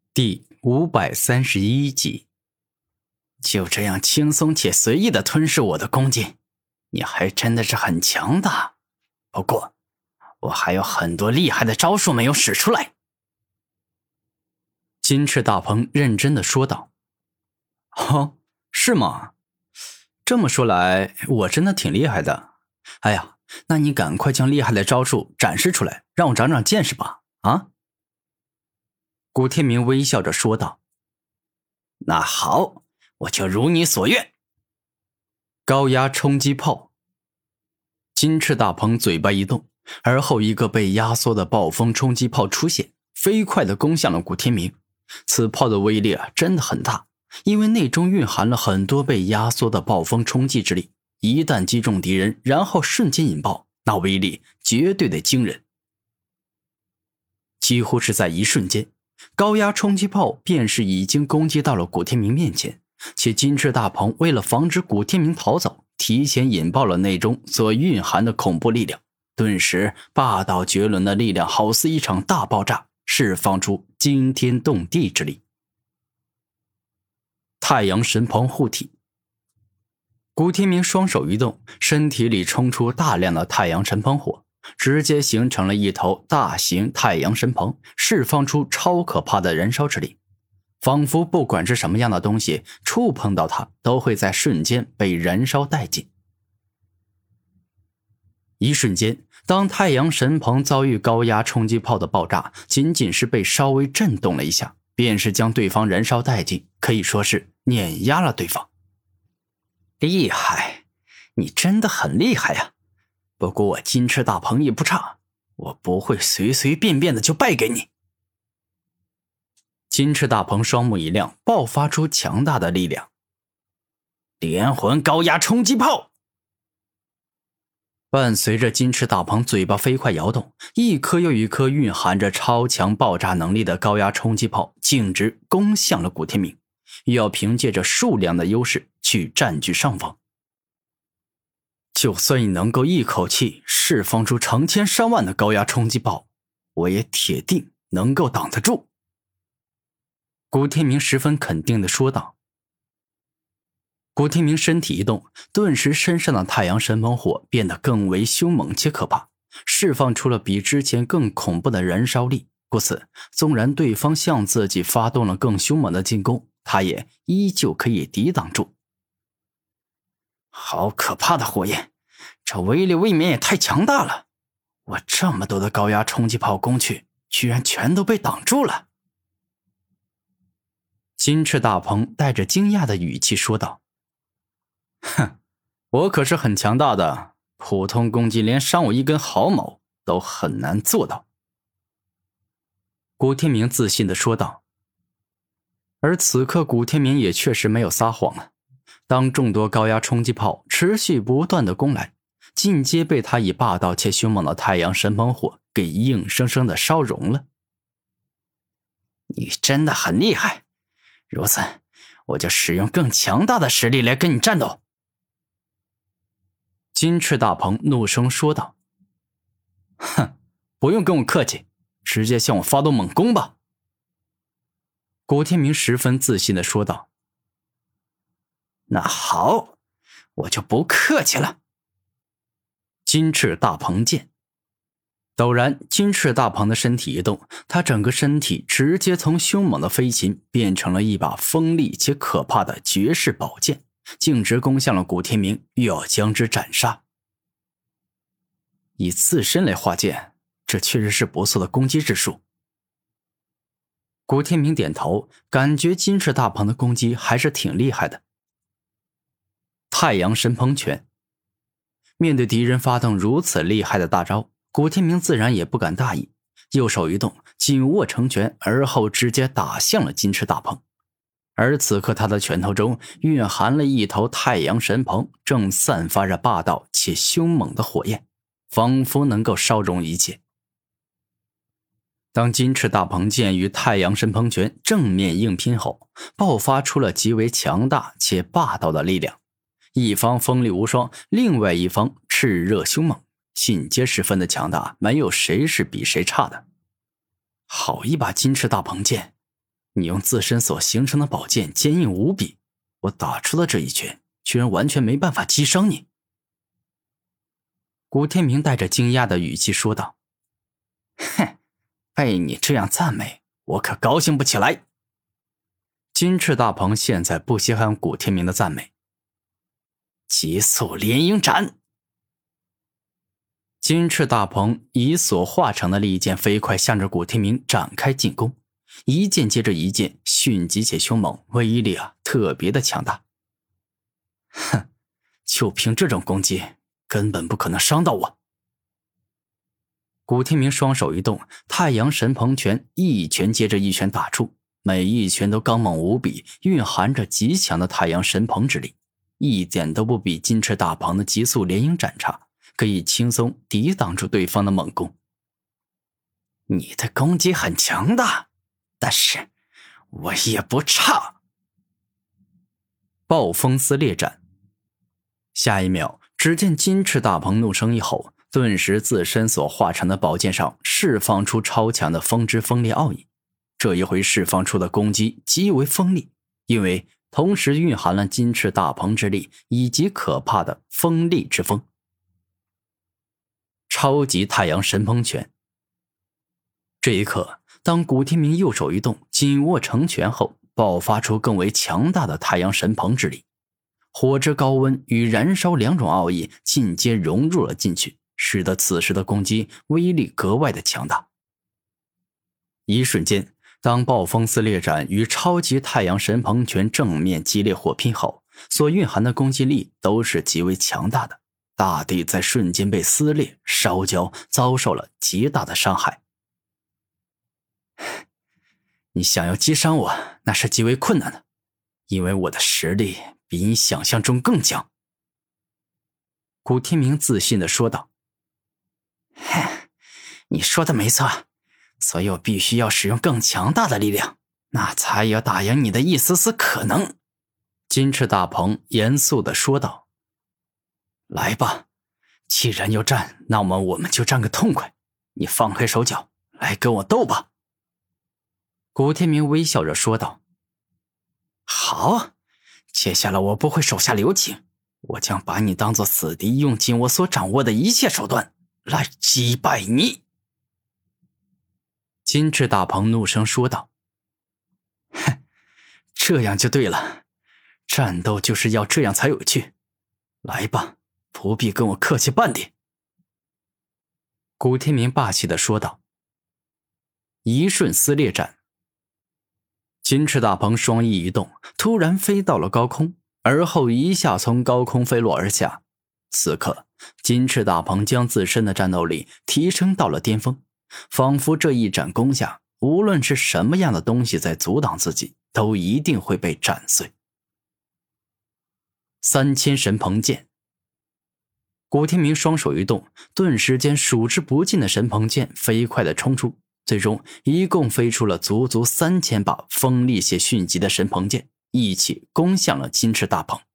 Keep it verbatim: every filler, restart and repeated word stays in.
第五百三十一集。就这样轻松且随意地吞噬我的攻击，你还真的是很强大。不过，我还有很多厉害的招数没有使出来。金翅大鹏认真地说道。哦，是吗？这么说来，我真的挺厉害的。哎呀，那你赶快将厉害的招数展示出来，让我长长见识吧，啊？古天明微笑着说道。那好，我就如你所愿。高压冲击炮。金翅大鹏嘴巴一动，而后一个被压缩的暴风冲击炮出现，飞快地攻向了古天明。此炮的威力啊，真的很大，因为内中蕴含了很多被压缩的暴风冲击之力，一旦击中敌人，然后瞬间引爆，那威力绝对的惊人。几乎是在一瞬间，高压冲击炮便是已经攻击到了古天明面前，且金翅大鹏为了防止古天明逃走，提前引爆了内中所蕴含的恐怖力量，顿时霸道绝伦的力量好似一场大爆炸，释放出惊天动地之力。太阳神鹏护体。古天明双手一动，身体里冲出大量的太阳神鹏火，直接形成了一头大型太阳神鹏，释放出超可怕的燃烧之力，仿佛不管是什么样的东西触碰到它，都会在瞬间被燃烧殆尽。一瞬间，当太阳神鹏遭遇高压冲击炮的爆炸，仅仅是被稍微震动了一下，便是将对方燃烧殆尽，可以说是碾压了对方。厉害，你真的很厉害呀！不过我金翅大鹏也不差，我不会随随便便的就败给你。金翅大鹏双目一亮，爆发出强大的力量。连环高压冲击炮。伴随着金翅大鹏嘴巴飞快摇动，一颗又一颗蕴含着超强爆炸能力的高压冲击炮径直攻向了古天明，又要凭借着数量的优势去占据上风。就算你能够一口气释放出成千上万的高压冲击炮，我也铁定能够挡得住。古天明十分肯定地说道。古天明身体一动，顿时身上的太阳神鹏火变得更为凶猛且可怕，释放出了比之前更恐怖的燃烧力，故此纵然对方向自己发动了更凶猛的进攻，他也依旧可以抵挡住。好可怕的火焰，这威力未免也太强大了，我这么多的高压冲击炮攻去，居然全都被挡住了。金翅大鹏带着惊讶的语气说道。哼，我可是很强大的，普通攻击连伤我一根毫毛都很难做到。古天明自信地说道。而此刻古天明也确实没有撒谎了，当众多高压冲击炮持续不断的攻来，尽皆被他以霸道且凶猛的太阳神鹏火给硬生生的烧融了。你真的很厉害，如此我就使用更强大的实力来跟你战斗。金翅大鹏怒声说道。哼，不用跟我客气，直接向我发动猛攻吧。古天明十分自信地说道。那好，我就不客气了。金翅大鹏剑。陡然，金翅大鹏的身体一动，他整个身体直接从凶猛的飞禽变成了一把锋利且可怕的绝世宝剑，径直攻向了古天明，又要将之斩杀。以自身来化剑，这确实是不错的攻击之术。古天明点头，感觉金翅大鹏的攻击还是挺厉害的。太阳神鹏拳。面对敌人发动如此厉害的大招，古天明自然也不敢大意，右手一动，紧握成拳，而后直接打向了金翅大鹏。而此刻他的拳头中蕴含了一头太阳神鹏，正散发着霸道且凶猛的火焰，仿佛能够烧融一切。当金翅大鹏剑与太阳神鹏拳正面硬拼后，爆发出了极为强大且霸道的力量，一方锋利无双，另外一方炽热凶猛，尽皆十分的强大，没有谁是比谁差的。好一把金翅大鹏剑， 你用自身所形成的宝剑坚硬无比，我打出的这一拳居然完全没办法击伤你。古天明带着惊讶的语气说道：哼，被你这样赞美，我可高兴不起来。金翅大鹏现在不稀罕古天明的赞美。急速连营斩！金翅大鹏以所化成的利剑飞快向着古天明展开进攻，一剑接着一剑，迅疾且凶猛，威力啊特别的强大。哼，就凭这种攻击，根本不可能伤到我。古天明双手一动，太阳神鹏拳一拳接着一拳打出，每一拳都刚猛无比，蕴含着极强的太阳神鹏之力，一点都不比金翅大鹏的急速连营斩差，可以轻松抵挡住对方的猛攻。你的攻击很强大，但是我也不差。暴风撕裂斩。下一秒，只见金翅大鹏怒声一吼，顿时自身所化成的宝剑上释放出超强的风之锋利奥义。这一回释放出的攻击极为锋利，因为同时蕴含了金翅大鹏之力以及可怕的锋利之风。超级太阳神鹏拳。这一刻，当古天明右手一动，紧握成拳后，爆发出更为强大的太阳神鹏之力。火之高温与燃烧两种奥义进阶融入了进去，使得此时的攻击威力格外的强大。一瞬间，当暴风撕裂斩与超级太阳神鹏拳正面激烈火拼后，所蕴含的攻击力都是极为强大的，大地在瞬间被撕裂烧焦，遭受了极大的伤害。你想要击伤我，那是极为困难的，因为我的实力比你想象中更强。古天明自信地说道。哼，你说的没错，所以我必须要使用更强大的力量，那才有打赢你的一丝丝可能。金翅大鹏严肃地说道。来吧，既然要战，那么我们就战个痛快，你放开手脚，来跟我斗吧。古天明微笑着说道。好，接下来我不会手下留情，我将把你当作死敌，用尽我所掌握的一切手段来击败你。金翅大鹏怒声说道。哼，这样就对了，战斗就是要这样才有趣。来吧，不必跟我客气半点。古天明霸气地说道。一瞬撕裂斩。金翅大鹏双翼一动，突然飞到了高空，而后一下从高空飞落而下。此刻，金翅大鹏将自身的战斗力提升到了巅峰，仿佛这一斩攻下，无论是什么样的东西在阻挡自己，都一定会被斩碎。三千神鹏剑。古天明双手一动，顿时间数之不尽的神鹏剑飞快地冲出，最终一共飞出了足足三千把锋利且迅疾的神鹏剑，一起攻向了金翅大鹏。